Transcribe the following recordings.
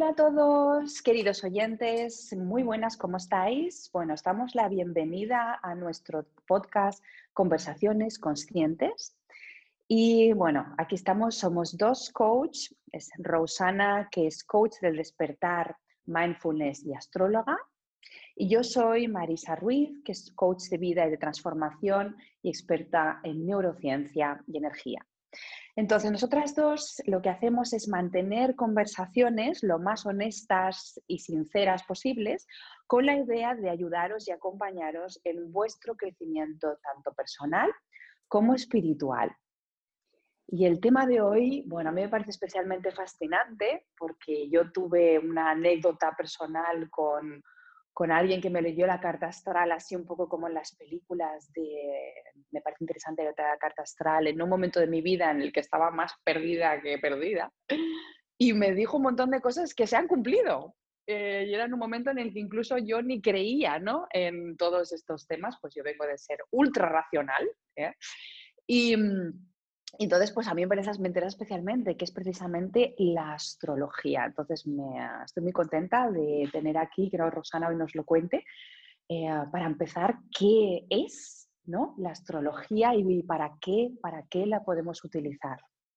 Hola a todos, queridos oyentes, muy buenas, ¿cómo estáis? Bueno, os damos la bienvenida a nuestro podcast Conversaciones Conscientes. Y bueno, aquí estamos, somos dos coach, es Rosana, que es coach del despertar, mindfulness y astróloga, y yo soy Marisa Ruiz, que es coach de vida y de transformación y experta en neurociencia y energía. Entonces, nosotras dos lo que hacemos es mantener conversaciones lo más honestas y sinceras posibles con la idea de ayudaros y acompañaros en vuestro crecimiento tanto personal como espiritual. Y el tema de hoy, bueno, a mí me parece especialmente fascinante porque yo tuve una anécdota personal con alguien que me leyó la carta astral así un poco como en las películas de... Me parece interesante la carta astral en un momento de mi vida en el que estaba más perdida que perdida y me dijo un montón de cosas que se han cumplido. Y era en un momento en el que incluso yo ni creía, ¿no?, en todos estos temas, pues yo vengo de ser ultra racional, ¿eh? Y entonces, pues a mí me interesa especialmente, que es precisamente la astrología. Entonces, estoy muy contenta de tener aquí, creo que Rosana hoy nos lo cuente, para empezar, ¿qué es, ¿no?, la astrología y para qué la podemos utilizar?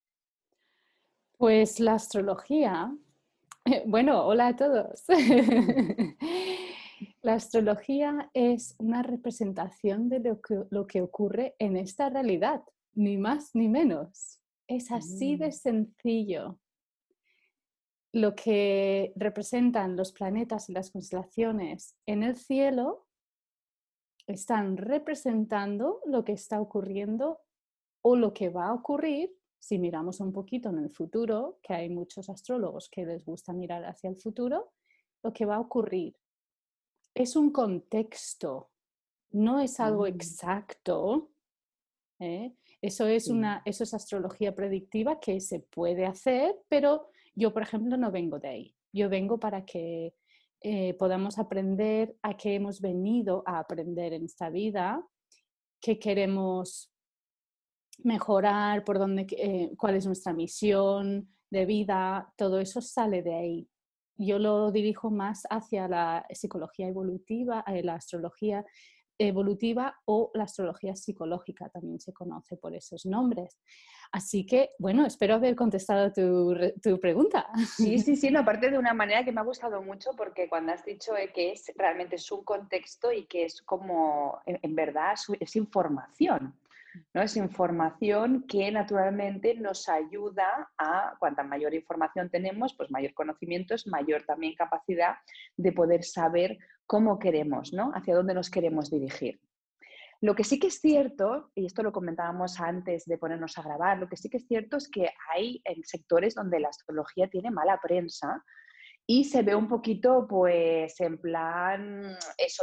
Pues la astrología, bueno, hola a todos. La astrología es una representación de lo que ocurre en esta realidad, ni más ni menos. Es así de Mm, sencillo. Lo que representan los planetas y las constelaciones en el cielo están representando lo que está ocurriendo o lo que va a ocurrir si miramos un poquito en el futuro, que hay muchos astrólogos que les gusta mirar hacia el futuro, lo que va a ocurrir. Es un contexto, no es algo mm, exacto, ¿eh? sí. Eso es astrología predictiva que se puede hacer, pero yo, por ejemplo, no vengo de ahí. Yo vengo para que podamos aprender a qué hemos venido a aprender en esta vida, qué queremos mejorar, cuál es nuestra misión de vida, todo eso sale de ahí. Yo lo dirijo más hacia la psicología evolutiva, la astrología evolutiva o la astrología psicológica, también se conoce por esos nombres. Así que, bueno, espero haber contestado tu pregunta. Sí, sí, sí, no, aparte de una manera que me ha gustado mucho porque cuando has dicho que es realmente es un contexto y que es como, en verdad, es información, ¿no? Es información que naturalmente nos ayuda a, cuanta mayor información tenemos, pues mayor conocimiento es mayor también capacidad de poder saber cómo queremos, ¿no? Hacia dónde nos queremos dirigir. Lo que sí que es cierto, y esto lo comentábamos antes de ponernos a grabar, lo que sí que es cierto es que hay en sectores donde la astrología tiene mala prensa y se ve un poquito, pues, en plan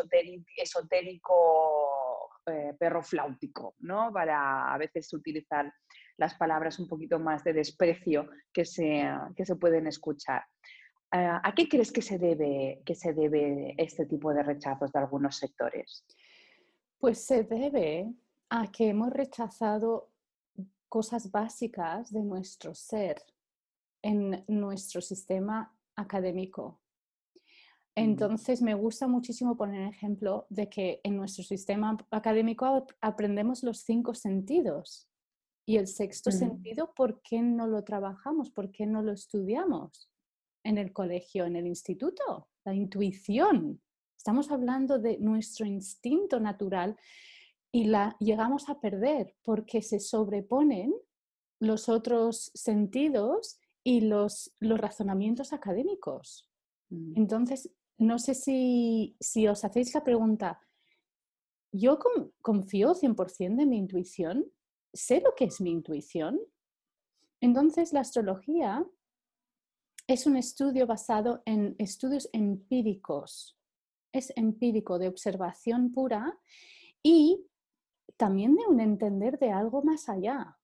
esotérico, perro flautico, ¿no? Para a veces utilizar las palabras un poquito más de desprecio que se pueden escuchar. ¿A qué crees que se debe este tipo de rechazos de algunos sectores? Pues se debe a que hemos rechazado cosas básicas de nuestro ser en nuestro sistema académico. Mm, Entonces, me gusta muchísimo poner ejemplo de que en nuestro sistema académico aprendemos los 5 sentidos. Y el sexto mm, sentido, ¿por qué no lo trabajamos? ¿Por qué no lo estudiamos en el colegio, en el instituto? La intuición. Estamos hablando de nuestro instinto natural y la llegamos a perder porque se sobreponen los otros sentidos y los razonamientos académicos. mm. Entonces, no sé si os hacéis la pregunta, ¿yo confío 100% de mi intuición? ¿Sé lo que es mi intuición? Entonces, la astrología es un estudio basado en estudios empíricos. Es empírico, de observación pura y también de un entender de algo más allá.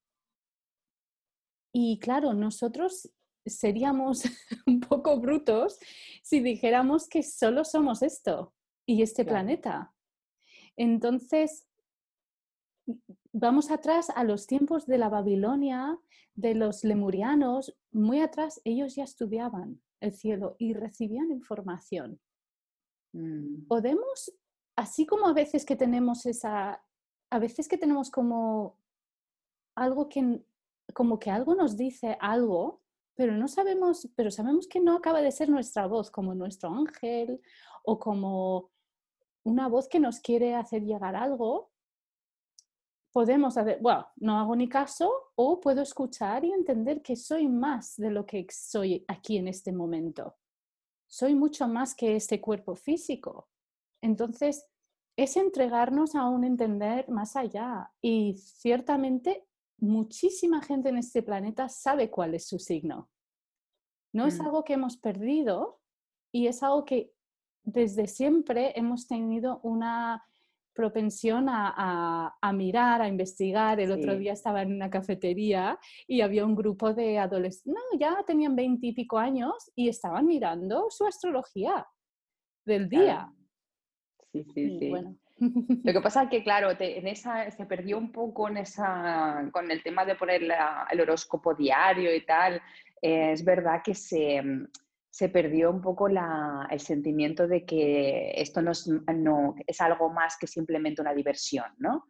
Y claro, nosotros seríamos un poco brutos si dijéramos que solo somos esto y este Claro. planeta. Entonces, vamos atrás a los tiempos de la Babilonia, de los lemurianos, muy atrás, ellos ya estudiaban. el cielo y recibían información. Mm, Podemos, así como a veces que tenemos como algo como que algo nos dice algo, pero no sabemos, pero sabemos que no acaba de ser nuestra voz, como nuestro ángel o como una voz que nos quiere hacer llegar algo. Podemos hacer, bueno, no hago ni caso, o puedo escuchar y entender que soy más de lo que soy aquí en este momento. Soy mucho más que este cuerpo físico. Entonces, es entregarnos a un entender más allá. Y ciertamente, muchísima gente en este planeta sabe cuál es su signo. No es mm. algo que hemos perdido y es algo que desde siempre hemos tenido una propensión a mirar, a investigar. El otro Sí, día estaba en una cafetería y había un grupo de adolescentes, no, ya tenían 20 y pico años y estaban mirando su astrología del claro. día. Sí, sí, Y sí. bueno, Lo que pasa es que, claro, en esa, se perdió un poco en esa, con el tema de poner el horóscopo diario y tal. Es verdad que se perdió un poco el sentimiento de que esto no es algo más que simplemente una diversión, ¿no?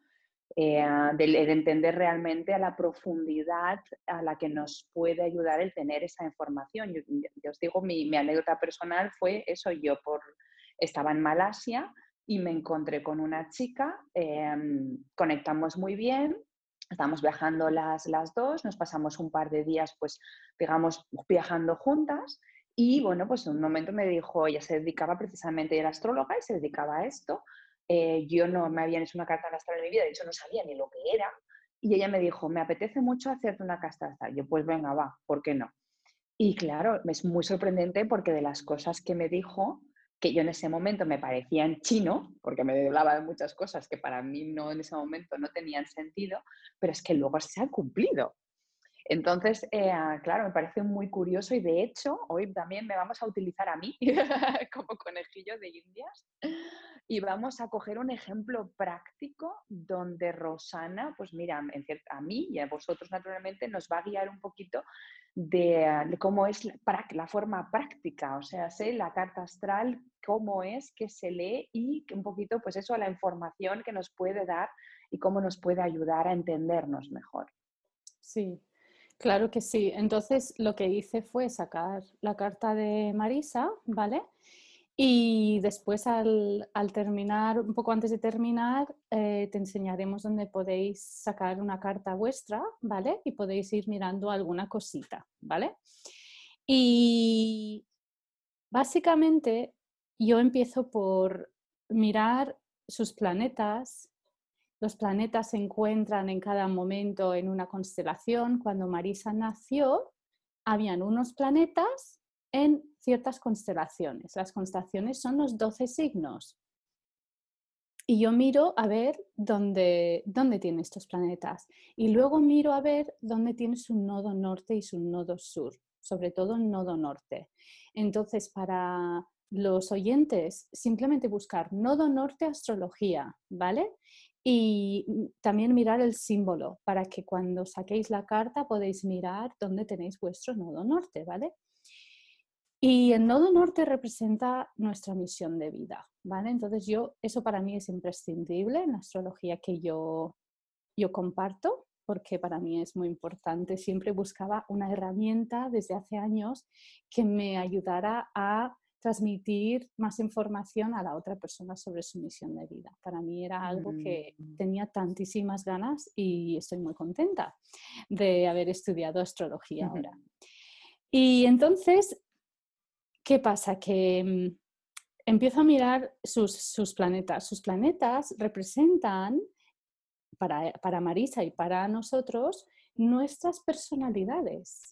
De entender realmente a la profundidad a la que nos puede ayudar el tener esa información. Yo os digo, mi anécdota personal fue eso, estaba en Malasia y me encontré con una chica, conectamos muy bien, estábamos viajando las dos, nos pasamos un par de días, pues, digamos, viajando juntas y, bueno, pues en un momento me dijo, ella se dedicaba precisamente, era astróloga y se dedicaba a esto, yo no me habían hecho una carta astral en mi vida, de hecho no sabía ni lo que era, y ella me dijo, me apetece mucho hacerte una carta astral. Yo, pues venga, va, ¿por qué no? Y claro, es muy sorprendente porque de las cosas que me dijo, que yo en ese momento me parecían chino, porque me hablaba de muchas cosas que para mí no en ese momento no tenían sentido, pero es que luego se han cumplido. Entonces, claro, me parece muy curioso y de hecho hoy también me vamos a utilizar a mí como conejillo de indias y vamos a coger un ejemplo práctico donde Rosana, pues mira, a mí y a vosotros naturalmente nos va a guiar un poquito de cómo es la forma práctica, o sea, sé la carta astral, cómo es que se lee y un poquito, pues eso, la información que nos puede dar y cómo nos puede ayudar a entendernos mejor. sí, claro que sí. Entonces lo que hice fue sacar la carta de Marisa, ¿vale? Y después al terminar, un poco antes de terminar, te enseñaremos dónde podéis sacar una carta vuestra, ¿vale? Y podéis ir mirando alguna cosita, ¿vale? Y básicamente yo empiezo por mirar sus planetas. Los planetas se encuentran en cada momento en una constelación. Cuando Marisa nació, habían unos planetas en ciertas constelaciones. Las constelaciones son los 12 signos. Y yo miro a ver dónde tiene estos planetas. Y luego miro a ver dónde tiene su nodo norte y su nodo sur, sobre todo el nodo norte. Entonces, para los oyentes, simplemente buscar nodo norte astrología, ¿vale? Y también mirar el símbolo para que cuando saquéis la carta podéis mirar dónde tenéis vuestro nodo norte, ¿vale? Y el nodo norte representa nuestra misión de vida, ¿vale? Entonces eso para mí es imprescindible en la astrología que yo comparto, porque para mí es muy importante. Siempre buscaba una herramienta desde hace años que me ayudara a transmitir más información a la otra persona sobre su misión de vida. Para mí era algo que Mm. tenía tantísimas ganas y estoy muy contenta de haber estudiado astrología ahora. Y entonces, ¿qué pasa? Que empiezo a mirar sus planetas. Sus planetas representan, para Marisa y para nosotros, nuestras personalidades.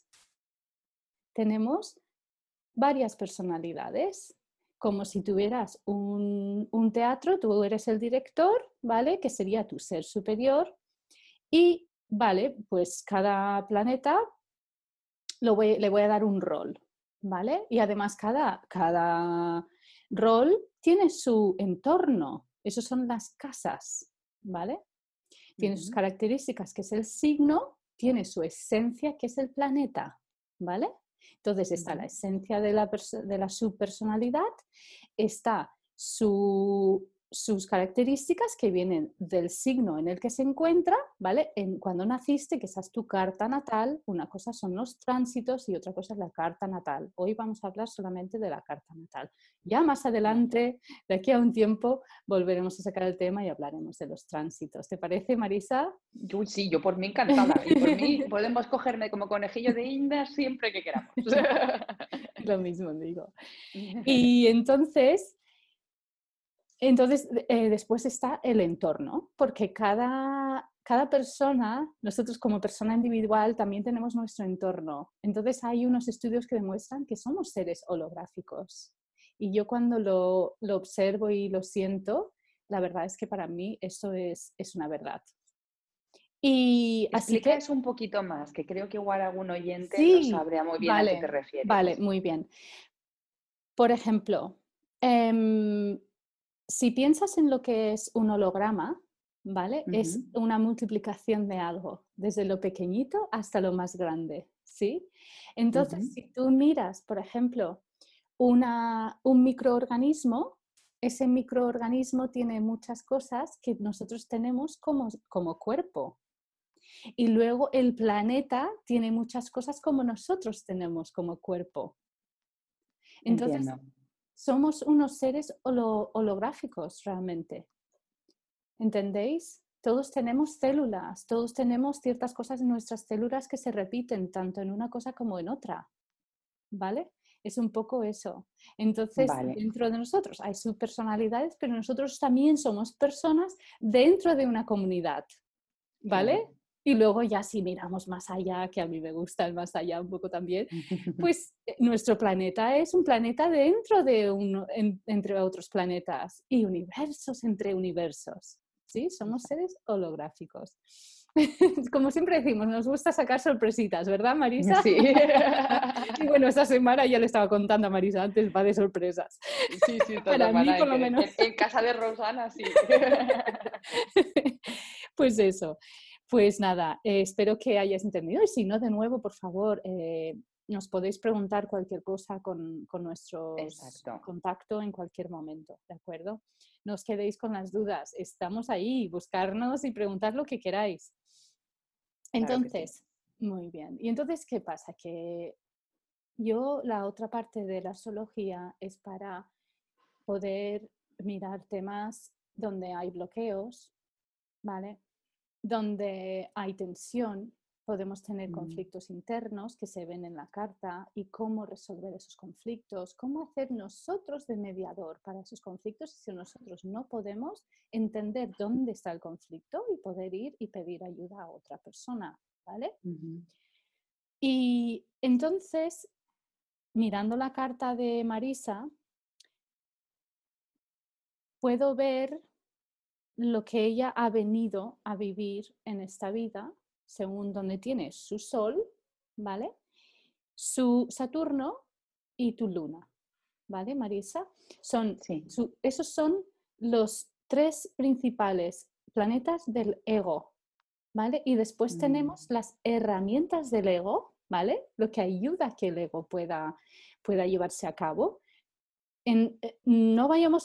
Tenemos varias personalidades. Como si tuvieras un teatro, tú eres el director, ¿vale? Que sería tu ser superior. Y, vale, pues cada planeta le voy a dar un rol, ¿vale? Y además cada rol tiene su entorno, esos son las casas, ¿vale? Tiene sus Ujú. características, que es el signo, tiene su esencia, que es el planeta, ¿vale? Entonces está la esencia de la subpersonalidad, está sus características que vienen del signo en el que se encuentra, ¿vale? Cuando naciste, que esa es tu carta natal, una cosa son los tránsitos y otra cosa es la carta natal. Hoy vamos a hablar solamente de la carta natal. Ya más adelante, de aquí a un tiempo, volveremos a sacar el tema y hablaremos de los tránsitos. ¿Te parece, Marisa? Sí, yo por mí encantada. Y por mí podemos cogerme como conejillo de Indias siempre que queramos. Lo mismo digo. Y entonces después está el entorno, porque cada persona, nosotros como persona individual también tenemos nuestro entorno. Entonces hay unos estudios que demuestran que somos seres holográficos. Y yo cuando lo observo y lo siento, la verdad es que para mí eso es una verdad. Y así Explica que... eso un poquito más, que creo que igual algún oyente no Sí, sabría muy bien a qué te vale, refieres. muy bien. Por ejemplo, si piensas en lo que es un holograma, ¿vale? Es una multiplicación de algo, desde lo pequeñito hasta lo más grande, ¿sí? Entonces, si tú miras, por ejemplo, un microorganismo, ese microorganismo tiene muchas cosas que nosotros tenemos como cuerpo. Y luego el planeta tiene muchas cosas como nosotros tenemos como cuerpo. Entonces, Entiendo. somos unos seres holográficos realmente. ¿Entendéis? Todos tenemos células, todos tenemos ciertas cosas en nuestras células que se repiten tanto en una cosa como en otra. ¿Vale? Es un poco eso. Entonces, Vale. dentro de nosotros hay subpersonalidades, pero nosotros también somos personas dentro de una comunidad. ¿Vale? Claro. Y luego ya si miramos más allá, que a mí me gusta el más allá un poco también, pues nuestro planeta es un planeta dentro de entre otros planetas y universos entre universos. ¿Sí? Somos seres holográficos. Como siempre decimos, nos gusta sacar sorpresitas, ¿verdad, Marisa? Sí. Y bueno, esta semana ya le estaba contando a Marisa antes, va de sorpresas. Sí, esta Para mí, semana por lo menos. en casa de Rosana, sí. Pues eso. Pues nada, espero que hayas entendido y si no, de nuevo, por favor, nos podéis preguntar cualquier cosa con nuestro Exacto. contacto en cualquier momento, ¿de acuerdo? No os quedéis con las dudas, estamos ahí, buscarnos y preguntar lo que queráis. Claro que sí. Entonces, muy bien. ¿Y entonces qué pasa? Que yo, la otra parte de la astrología es para poder mirar temas donde hay bloqueos, ¿vale? Donde hay tensión, podemos tener conflictos internos que se ven en la carta y cómo resolver esos conflictos, cómo hacer nosotros de mediador para esos conflictos si nosotros no podemos entender dónde está el conflicto y poder ir y pedir ayuda a otra persona, ¿vale? Y entonces, mirando la carta de Marisa, puedo ver lo que ella ha venido a vivir en esta vida, según donde tiene su Sol, ¿vale? Su Saturno y tu Luna, ¿vale, Marisa? Sí. Esos son los tres principales planetas del ego, ¿vale? Y después tenemos las herramientas del ego, ¿vale? Lo que ayuda a que el ego pueda llevarse a cabo. No vayamos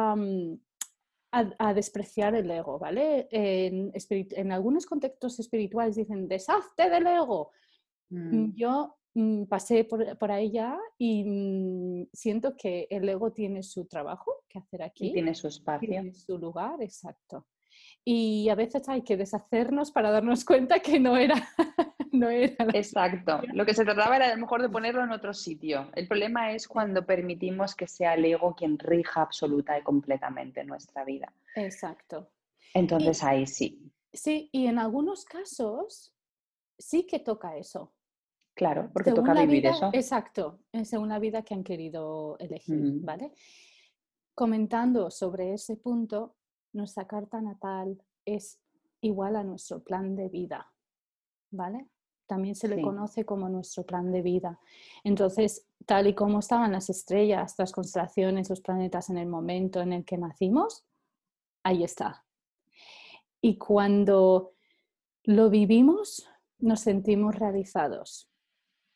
a despreciar el ego, ¿vale? En algunos contextos espirituales dicen, deshazte del ego. Yo pasé por ahí ya y siento que el ego tiene su trabajo que hacer Y aquí, tiene su espacio. tiene su lugar, exacto. Y a veces hay que deshacernos para darnos cuenta que no era, no era la Exacto. solución. Lo que se trataba era a lo mejor de ponerlo en otro sitio. El problema es cuando permitimos que sea el ego quien rija absoluta y completamente nuestra vida. Exacto. Entonces Y ahí sí. sí, y en algunos casos sí que toca eso. Claro, porque Según toca la vivir vida, eso. exacto, según la vida que han querido elegir, ¿vale? Comentando sobre ese punto, nuestra carta natal es igual a nuestro plan de vida, ¿vale? También se le Sí. conoce como nuestro plan de vida. Entonces, tal y como estaban las estrellas, las constelaciones, los planetas en el momento en el que nacimos, ahí está. Y cuando lo vivimos, nos sentimos realizados.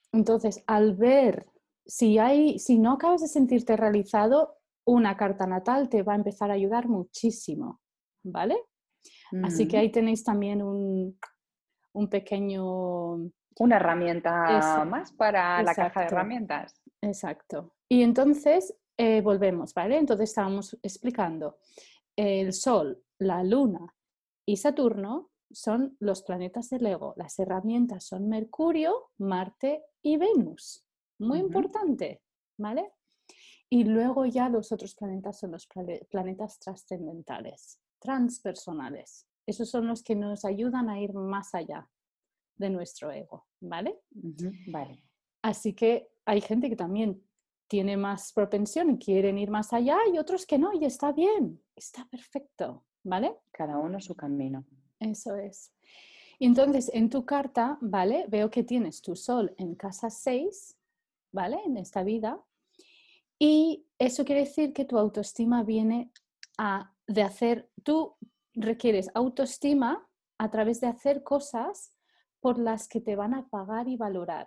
Entonces, al ver, si no acabas de sentirte realizado, una carta natal te va a empezar a ayudar muchísimo, ¿vale? Así que ahí tenéis también un pequeño... Una herramienta más para la caja de Exacto, herramientas. exacto. Y entonces volvemos, ¿vale? Entonces estábamos explicando, el Sol, la Luna y Saturno son los planetas del ego. Las herramientas son Mercurio, Marte y Venus. Muy importante, ¿vale? Y luego ya los otros planetas son los planetas trascendentales, transpersonales. Esos son los que nos ayudan a ir más allá de nuestro ego, ¿vale? Vale. Así que hay gente que también tiene más propensión y quieren ir más allá y otros que no, y está bien, está perfecto, ¿vale? Cada uno su camino. Eso es. Y entonces, en tu carta, ¿vale? Veo que tienes tu Sol en casa 6, ¿vale? En esta vida. Y eso quiere decir que tu autoestima viene de hacer, tú requieres autoestima a través de hacer cosas por las que te van a pagar y valorar.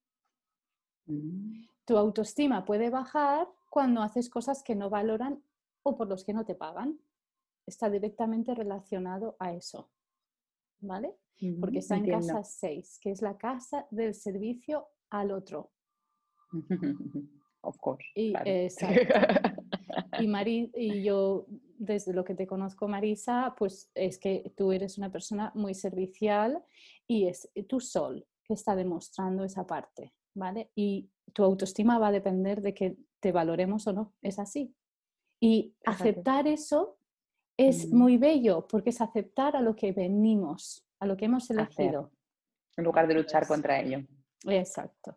Tu autoestima puede bajar cuando haces cosas que no valoran o por los que no te pagan. Está directamente relacionado a eso, ¿vale? Porque está en Entiendo. casa 6, que es la casa del servicio al otro. Of course, Y, claro. exacto. Y yo, desde lo que te conozco, Marisa, pues es que tú eres una persona muy servicial y es tu Sol que está demostrando esa parte, ¿vale? Y tu autoestima va a depender de que te valoremos o no, es así. Y Fíjate. aceptar eso es muy bello, porque es aceptar a lo que venimos, a lo que hemos elegido. Hacer, en lugar de luchar contra ello. Exacto.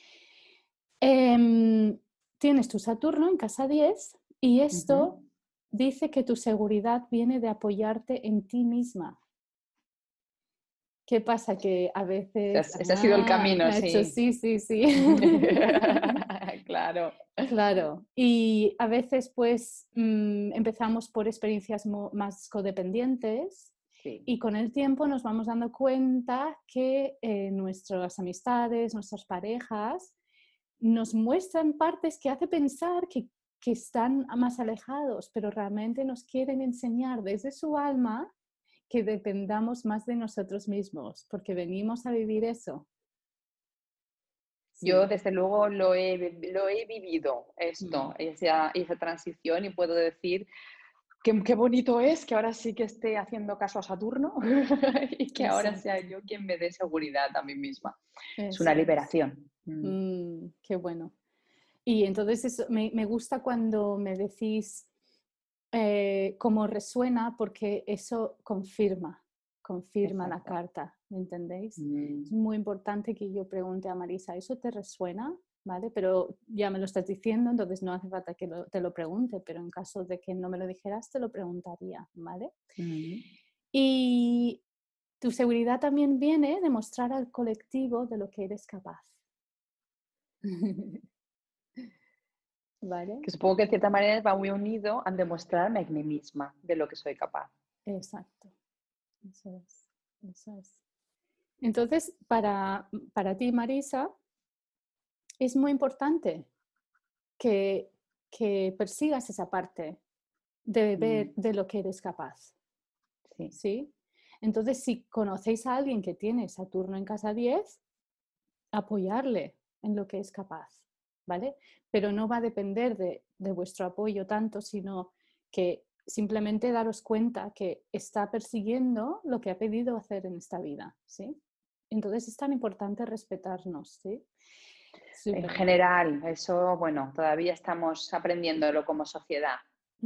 Tienes tu Saturno en casa 10 y esto dice que tu seguridad viene de apoyarte en ti misma. ¿Qué pasa? Que a veces... Ese ha sido el camino, me ha hecho sí. sí. Claro. Claro. Y a veces pues empezamos por experiencias más codependientes Sí. y con el tiempo nos vamos dando cuenta que nuestras amistades, nuestras parejas, nos muestran partes que hace pensar que están más alejados, pero realmente nos quieren enseñar desde su alma que dependamos más de nosotros mismos, porque venimos a vivir eso. Sí. Yo, desde luego, lo he vivido esto, esa transición, y puedo decir qué bonito es que ahora sí que esté haciendo caso a Saturno y que ahora sea Exacto. yo quien me dé seguridad a mí misma. Es Eso una es. liberación. Qué bueno. Y entonces eso, me gusta cuando me decís cómo resuena, porque eso confirma la Exacto. carta, ¿me entendéis? Es muy importante que yo pregunte a Marisa, ¿eso te resuena? ¿Vale? Pero ya me lo estás diciendo, entonces no hace falta que te lo pregunte, pero en caso de que no me lo dijeras, te lo preguntaría, ¿vale? Y tu seguridad también viene de mostrar al colectivo de lo que eres capaz. ¿Vale? Que supongo que de cierta manera va muy unido a demostrarme a mí misma de lo que soy capaz. Exacto. Eso es. Eso es. Entonces, para ti, Marisa, es muy importante que persigas esa parte de ver de lo que eres capaz. Sí. ¿Sí? Entonces, si conocéis a alguien que tiene Saturno en casa 10, apoyarle en lo que es capaz, ¿vale? Pero no va a depender de vuestro apoyo tanto, sino que simplemente daros cuenta que está persiguiendo lo que ha pedido hacer en esta vida, ¿sí? Entonces es tan importante respetarnos, ¿sí? En general, eso, bueno, todavía estamos aprendiéndolo como sociedad.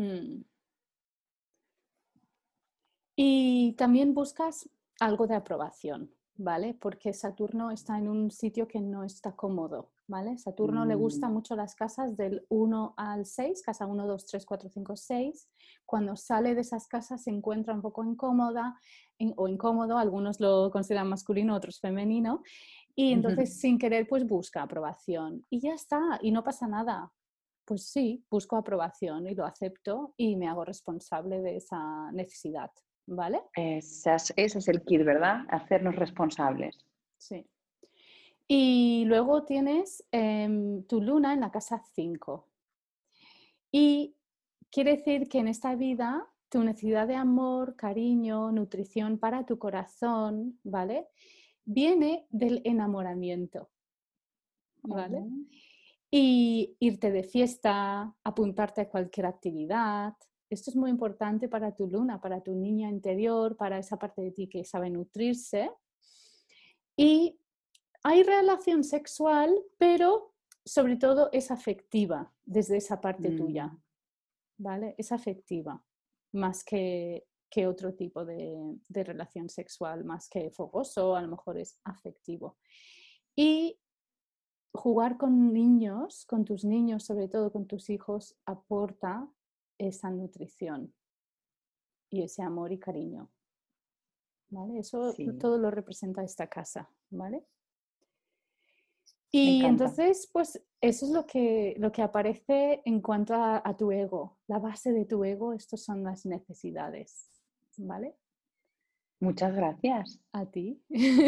Y también buscas algo de aprobación, ¿vale? Porque Saturno está en un sitio que no está cómodo, ¿vale? Saturno le gusta mucho las casas del 1 al 6, casa 1, 2, 3, 4, 5, 6. Cuando sale de esas casas se encuentra un poco incómoda o incómodo, algunos lo consideran masculino, otros femenino, y entonces sin querer pues busca aprobación y ya está, y no pasa nada. Pues sí, busco aprobación y lo acepto y me hago responsable de esa necesidad. ¿Vale? Ese es el kit, ¿verdad? Hacernos responsables. Sí. Y luego tienes tu luna en la casa 5. Y quiere decir que en esta vida tu necesidad de amor, cariño, nutrición para tu corazón, ¿vale? Viene del enamoramiento, ¿vale? Ujú. Y irte de fiesta, apuntarte a cualquier actividad. Esto es muy importante para tu luna, para tu niña interior, para esa parte de ti que sabe nutrirse. Y hay relación sexual, pero sobre todo es afectiva desde esa parte tuya, Mm, ¿vale? Es afectiva, más que otro tipo de relación sexual, más que fogoso, a lo mejor es afectivo. Y jugar con niños, con tus niños, sobre todo con tus hijos, aporta esa nutrición y ese amor y cariño, ¿vale? Eso sí, todo lo representa esta casa, ¿vale? me Y encanta. entonces, pues eso es lo que aparece en cuanto a tu ego. La base de tu ego, estas son las necesidades, ¿vale? Muchas gracias. A ti.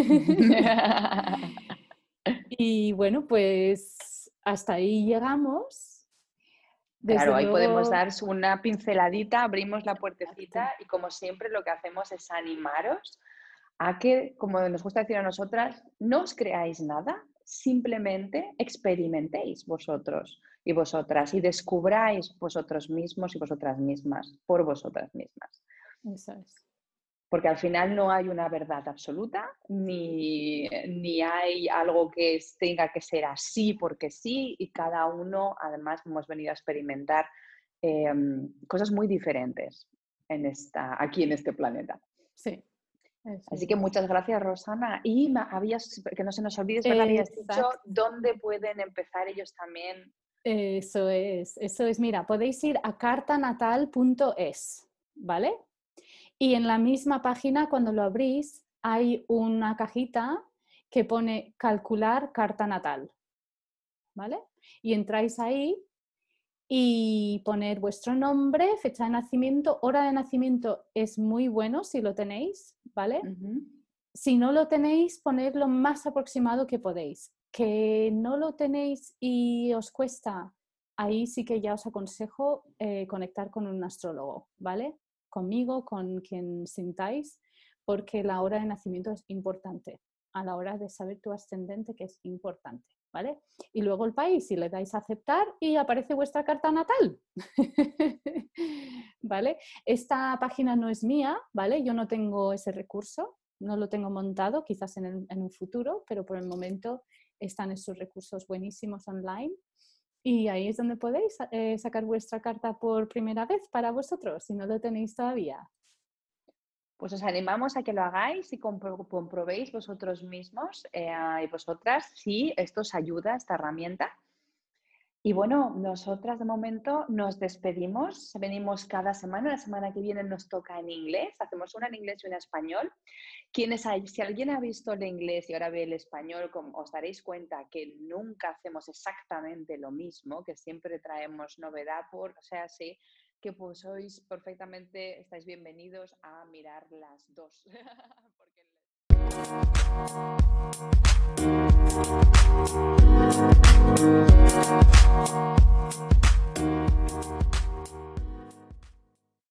Y bueno, pues hasta ahí llegamos. Desde Claro, ahí podemos luego, dar una pinceladita, abrimos la puertecita exacto. y como siempre lo que hacemos es animaros a que, como nos gusta decir a nosotras, no os creáis nada, simplemente experimentéis vosotros y vosotras y descubráis vosotros mismos y vosotras mismas por vosotras mismas. Eso es. Porque al final no hay una verdad absoluta, ni hay algo que tenga que ser así porque sí, y cada uno, además, hemos venido a experimentar eh, cosas muy diferentes aquí en este planeta. Sí, eso Así que es. muchas gracias, Rosana. Y que no se nos olvide, es verdad, habías dicho Exacto. dónde pueden empezar ellos también. Eso es, eso es. Mira, podéis ir a cartanatal.es, ¿vale? Y en la misma página, cuando lo abrís, hay una cajita que pone calcular carta natal, ¿vale? Y entráis ahí y poner vuestro nombre, fecha de nacimiento, hora de nacimiento es muy bueno si lo tenéis, ¿vale? Ujú. Si no lo tenéis, poned lo más aproximado que podéis. Que no lo tenéis y os cuesta, ahí sí que ya os aconsejo conectar con un astrólogo, ¿vale? Conmigo, con quien sintáis, porque la hora de nacimiento es importante a la hora de saber tu ascendente, que es importante, ¿vale? Y luego el país, y le dais a aceptar y aparece vuestra carta natal, ¿vale? Esta página no es mía, ¿vale? Yo no tengo ese recurso, no lo tengo montado, quizás en un futuro, pero por el momento están estos recursos buenísimos online. Y ahí es donde podéis sacar vuestra carta por primera vez para vosotros, si no lo tenéis todavía. Pues os animamos a que lo hagáis y comprobéis vosotros mismos y vosotras si esto os ayuda, esta herramienta. Y bueno, nosotras de momento nos despedimos, venimos cada semana, la semana que viene nos toca en inglés, hacemos una en inglés y una en español. Si alguien ha visto el inglés y ahora ve el español, os daréis cuenta que nunca hacemos exactamente lo mismo, que siempre traemos novedad, o sea, sí, que pues sois perfectamente, estáis bienvenidos a mirar las dos. Porque